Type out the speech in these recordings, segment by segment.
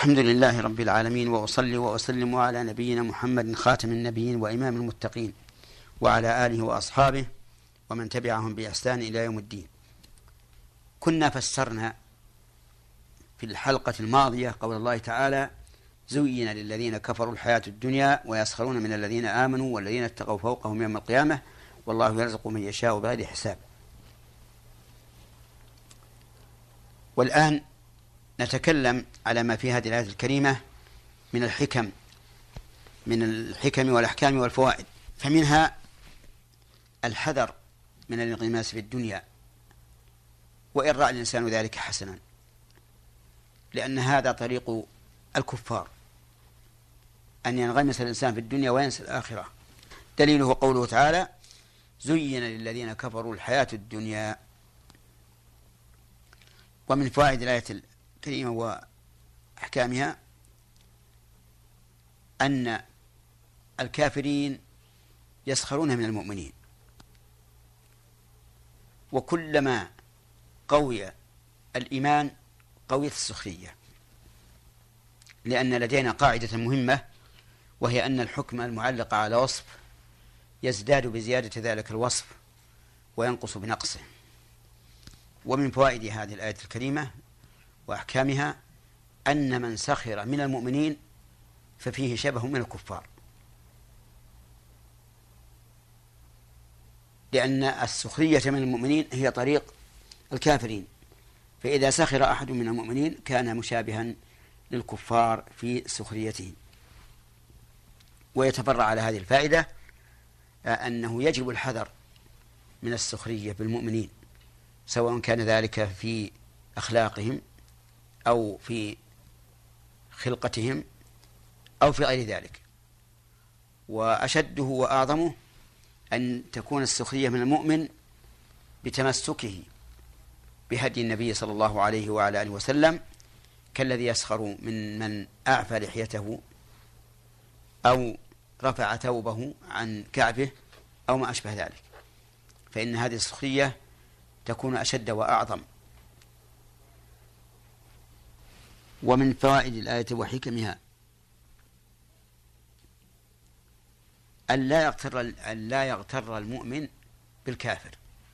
الحمد لله رب العالمين، وأصلي وأسلم على نبينا محمد خاتم النبيين وإمام المتقين، وعلى آله وأصحابه ومن تبعهم بإحسان إلى يوم الدين. كنا فسرنا في الحلقة الماضية قول الله تعالى: زين للذين كفروا الحياة الدنيا ويسخرون من الذين آمنوا والذين اتقوا فوقهم يوم القيامة والله يرزق من يشاء بغير حساب. والآن نتكلم على ما في هذه الآية الكريمة من الحكم والأحكام والفوائد. فمنها الحذر من الانغماس في الدنيا، وإن رأى الإنسان ذلك حسنا، لأن هذا طريق الكفار، أن ينغمس الإنسان في الدنيا وينسى الآخرة. دليله قوله تعالى: زين للذين كفروا الحياة الدنيا. ومن فوائد الآية الكريمة وأحكامها أن الكافرين يسخرون من المؤمنين، وكلما قوي الإيمان قوية السخرية، لأن لدينا قاعدة مهمة، وهي أن الحكم المعلق على وصف يزداد بزيادة ذلك الوصف وينقص بنقصه. ومن فوائد هذه الآية الكريمة وأحكامها أن من سخر من المؤمنين ففيه شبه من الكفار، لأن السخرية من المؤمنين هي طريق الكافرين، فإذا سخر أحد من المؤمنين كان مشابها للكفار في سخريتهم. ويتفرع على هذه الفائدة أنه يجب الحذر من السخرية بالمؤمنين، سواء كان ذلك في أخلاقهم أو في خلقتهم أو في غير ذلك. وأشده وأعظمه أن تكون السخرية من المؤمن بتمسكه بهدي النبي صلى الله عليه وعلى آله وسلم، كالذي يسخر من أعفى لحيته أو رفع ثوبه عن كعبه أو ما أشبه ذلك، فإن هذه السخرية تكون أشد وأعظم. ومن فوائد الآية وحكمها أن لا يغتر المؤمن بالكافر،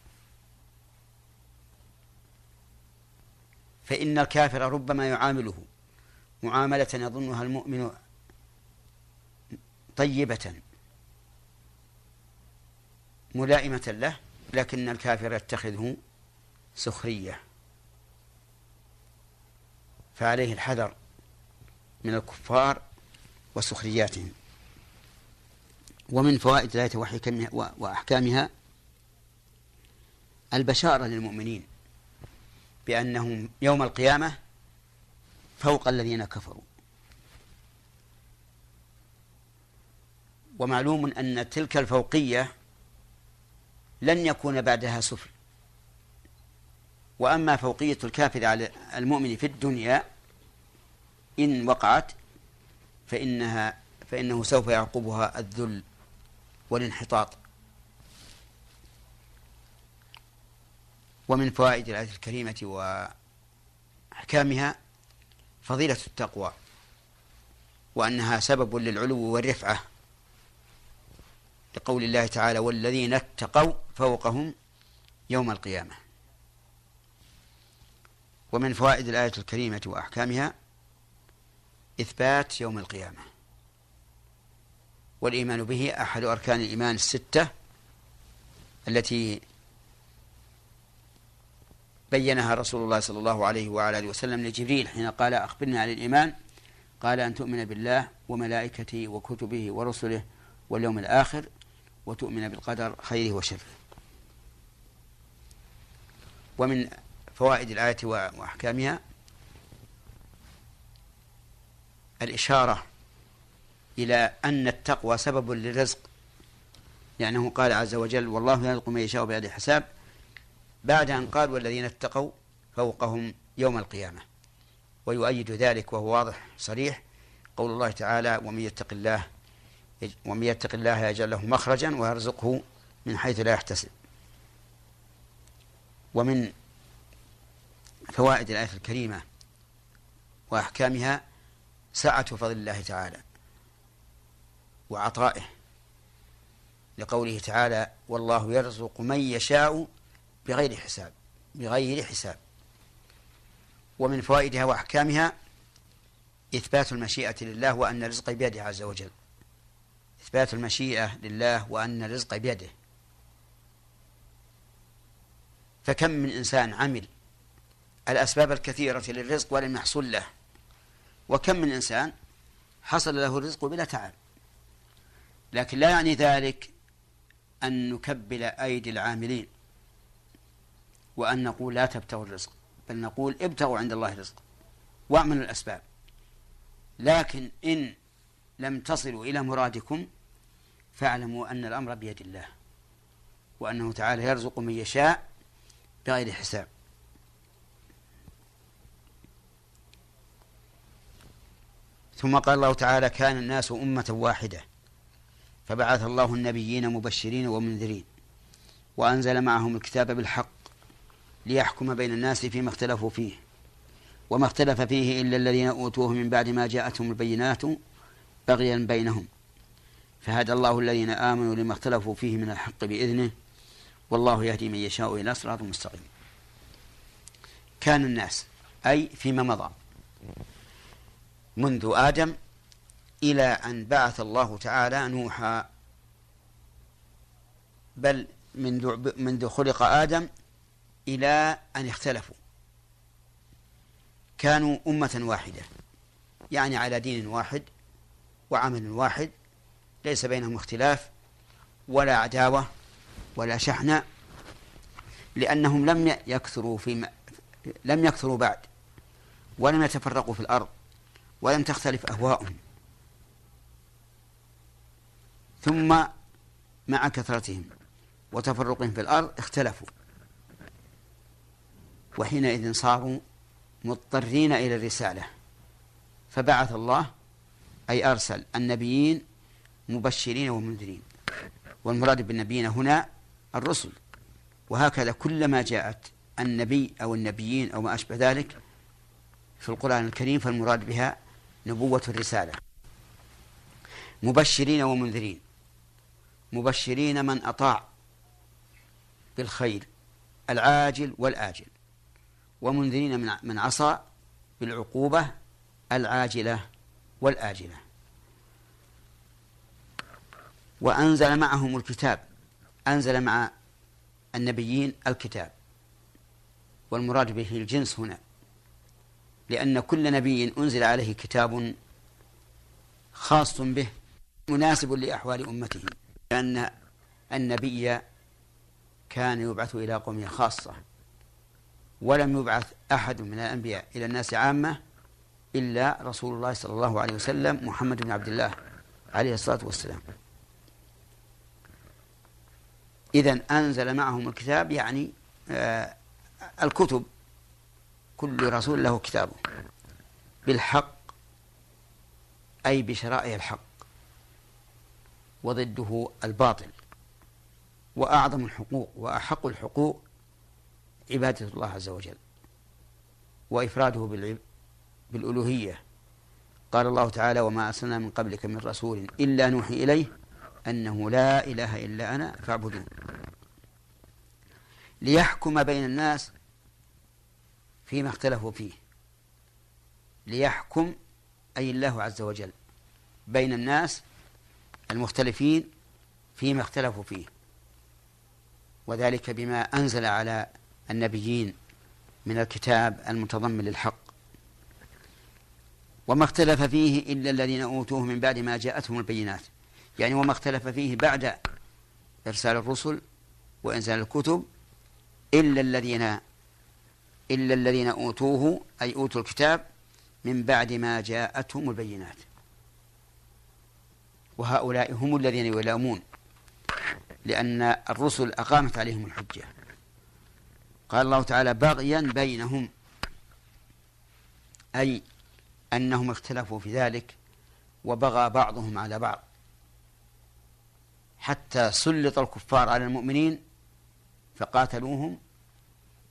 فإن الكافر ربما يعامله معاملة يظنها المؤمن طيبة ملائمة له، لكن الكافر يتخذه سخرية، فعليه الحذر من الكفار وسخرياتهم. ومن فوائد الآية وأحكامها البشارة للمؤمنين بأنهم يوم القيامة فوق الذين كفروا. ومعلوم أن تلك الفوقية لن يكون بعدها سفل. وأما فوقية الكافر على المؤمن في الدنيا إن وقعت فإنه سوف يعقبها الذل والانحطاط. ومن فوائد الآية الكريمة وأحكامها فضيلة التقوى، وأنها سبب للعلو والرفعة، لقول الله تعالى: والذين اتقوا فوقهم يوم القيامة. ومن فوائد الآية الكريمة وأحكامها إثبات يوم القيامة، والإيمان به أحد أركان الإيمان الستة التي بينها رسول الله صلى الله عليه وعلى آله وسلم لجبريل حين قال: أخبرنا عن الإيمان، قال: أن تؤمن بالله وملائكته وكتبه ورسله واليوم الآخر وتؤمن بالقدر خيره وشره. ومن فوائد الآية وأحكامها الإشارة إلى أن التقوى سبب للرزق، لأنه قال عز وجل: والله يرزق من يشاء بغير حساب، بعد أن قال: والذين اتقوا فوقهم يوم القيامة. ويؤيد ذلك وهو واضح صريح قول الله تعالى: ومن يتق الله يجعل له مخرجا ويرزقه من حيث لا يحتسب. ومن فوائد الآية الكريمة وأحكامها سعة فضل الله تعالى وعطائه، لقوله تعالى: والله يرزق من يشاء بغير حساب. بغير حساب. ومن فوائدها وأحكامها إثبات المشيئة لله وأن الرزق بيده عز وجل. إثبات المشيئة لله وأن الرزق بيده. فكم من إنسان عمل الأسباب الكثيرة للرزق ولم يحصل له، وكم من إنسان حصل له الرزق بلا تعب. لكن لا يعني ذلك أن نكبل أيدي العاملين وأن نقول لا تبتغوا الرزق، بل نقول ابتغوا عند الله الرزق واعملوا الأسباب. لكن إن لم تصلوا إلى مرادكم فاعلموا أن الأمر بيد الله، وأنه تعالى يرزق من يشاء بغير حساب. ثم قال الله تعالى: كان الناس أمة واحدة فبعث الله النبيين مبشرين ومنذرين وأنزل معهم الكتاب بالحق ليحكم بين الناس فيما اختلفوا فيه وما اختلف فيه إلا الذين أوتوه من بعد ما جاءتهم البينات بغيا بينهم فهدى الله الذين آمنوا لما اختلفوا فيه من الحق بإذنه والله يهدي من يشاء إلى صراط مستقيم. كان الناس أي فيما مضى منذ آدم إلى أن بعث الله تعالى نوحا، بل منذ خلق آدم إلى أن اختلفوا كانوا أمة واحدة، يعني على دين واحد وعمل واحد، ليس بينهم اختلاف ولا عداوة ولا شحنة، لأنهم لم يكثروا بعد، ولم يتفرقوا في الأرض، ولم تختلف أهواؤهم. ثم مع كثرتهم وتفرقهم في الأرض اختلفوا، وحينئذ صاروا مضطرين إلى الرسالة، فبعث الله أي أرسل النبيين مبشرين ومنذرين، والمراد بالنبيين هنا الرسل، وهكذا كلما جاءت النبي أو النبيين أو ما أشبه ذلك في القرآن الكريم فالمراد بها نبوة الرسالة. مبشرين ومنذرين، مبشرين من أطاع بالخير العاجل والآجل، ومنذرين من عصى بالعقوبة العاجلة والآجلة. وأنزل معهم الكتاب، أنزل مع النبيين الكتاب، والمراد به الجنس هنا، لأن كل نبي أنزل عليه كتاب خاص به مناسب لأحوال أمته، لأن النبي كان يبعث إلى قومه خاصة، ولم يبعث أحد من الأنبياء إلى الناس عامة إلا رسول الله صلى الله عليه وسلم محمد بن عبد الله عليه الصلاة والسلام. إذن أنزل معهم الكتاب يعني الكتب، كل رسول له كتابه بالحق أي بشرائع الحق، وضده الباطل. وأعظم الحقوق وأحق الحقوق عبادة الله عز وجل وإفراده بالألوهية. قال الله تعالى: وما أرسلنا من قبلك من رسول إلا نوحي إليه أنه لا إله إلا أنا فاعبدون. ليحكم بين الناس فيما اختلفوا فيه. ليحكم أي الله عز وجل بين الناس المختلفين فيما اختلفوا فيه، وذلك بما أنزل على النبيين من الكتاب المتضمن للحق. وما اختلف فيه إلا الذين أوتوه من بعد ما جاءتهم البينات، يعني وما اختلف فيه بعد إرسال الرسل وإنزال الكتب إلا الذين أوتوه أي أوتوا الكتاب من بعد ما جاءتهم البينات، وهؤلاء هم الذين يلامون، لأن الرسل أقامت عليهم الحجة. قال الله تعالى: بغيا بينهم، أي أنهم اختلفوا في ذلك وبغى بعضهم على بعض، حتى سلط الكفار على المؤمنين فقاتلوهم،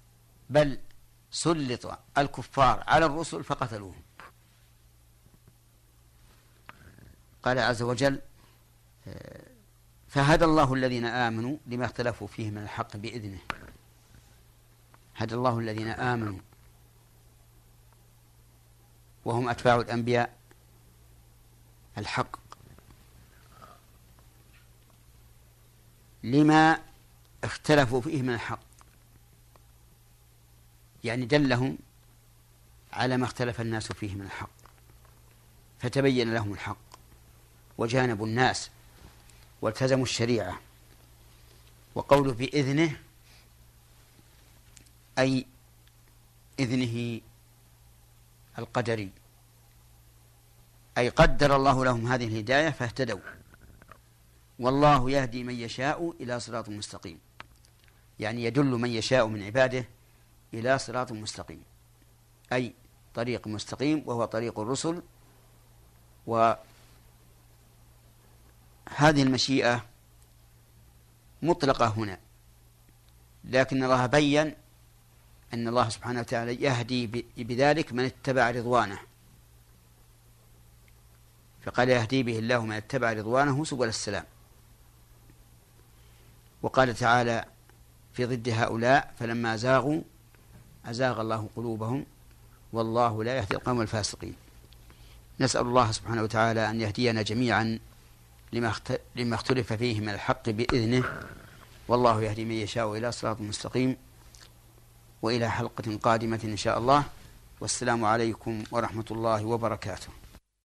بل سلط الكفار على الرسل فقتلوهم. قال عز وجل: فهدى الله الذين آمنوا لما اختلفوا فيه من الحق بإذنه. هدى الله الذين آمنوا وهم أتباع الأنبياء الحق لما اختلفوا فيه من الحق، يعني دلهم على ما اختلف الناس فيه من الحق فتبين لهم الحق وجانبوا الناس والتزموا الشريعة. وقوله بإذنه أي إذنه القدري، أي قدر الله لهم هذه الهداية فاهتدوا. والله يهدي من يشاء إلى صراط مستقيم، يعني يدل من يشاء من عباده إلى صراط مستقيم، أي طريق مستقيم وهو طريق الرسل. وهذه المشيئة مطلقة هنا، لكن الله بيّن أن الله سبحانه وتعالى يهدي بذلك من اتبع رضوانه، فقال: يهدي به الله من اتبع رضوانه سبل السلام. وقال تعالى في ضد هؤلاء: فلما زاغوا أزاغ الله قلوبهم والله لا يهدي القوم الفاسقين. نسأل الله سبحانه وتعالى أن يهدينا جميعا لما اختلف فيه من الحق بإذنه، والله يهدي من يشاء إلى صراط مستقيم. وإلى حلقة قادمة إن شاء الله، والسلام عليكم ورحمة الله وبركاته.